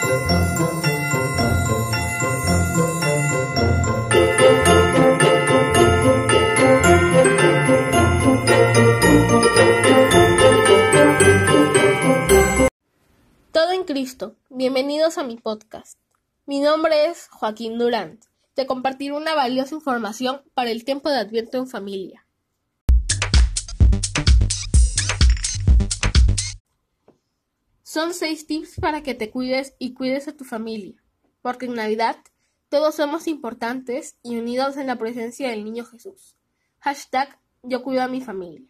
Todo en Cristo, bienvenidos a mi podcast. Mi nombre es Joaquín Durant. Te compartiré una valiosa información para el tiempo de Adviento en familia. Son 6 tips para que te cuides y cuides a tu familia, porque en Navidad todos somos importantes y unidos en la presencia del Niño Jesús. #Yo cuido a mi familia.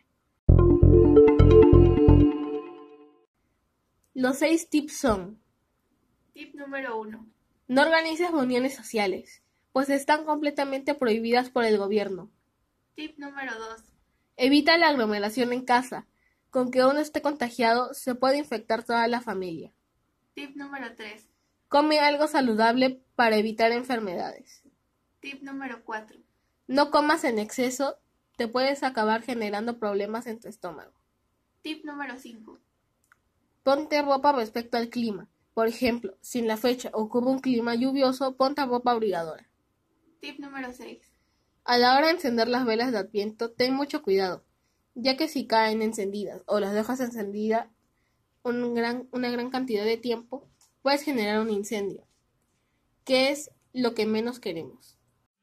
Los 6 tips son: Tip número 1. No organices reuniones sociales, pues están completamente prohibidas por el gobierno. Tip número 2. Evita la aglomeración en casa. Con que uno esté contagiado, se puede infectar toda la familia. Tip número 3. Come algo saludable para evitar enfermedades. Tip número 4. No comas en exceso, te puedes acabar generando problemas en tu estómago. Tip número 5. Ponte ropa respecto al clima. Por ejemplo, si en la fecha ocurre un clima lluvioso, ponte ropa abrigadora. Tip número 6. A la hora de encender las velas de Adviento, ten mucho cuidado, ya que si caen encendidas o las dejas encendidas una gran cantidad de tiempo, puedes generar un incendio, que es lo que menos queremos.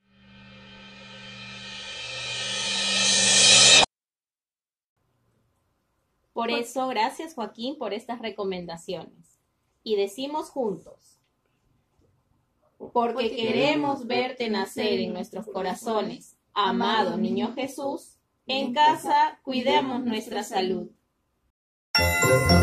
Por eso, gracias Joaquín por estas recomendaciones. Y decimos juntos: porque queremos verte nacer en nuestros corazones, amado Niño Jesús, en casa cuidemos nuestra salud.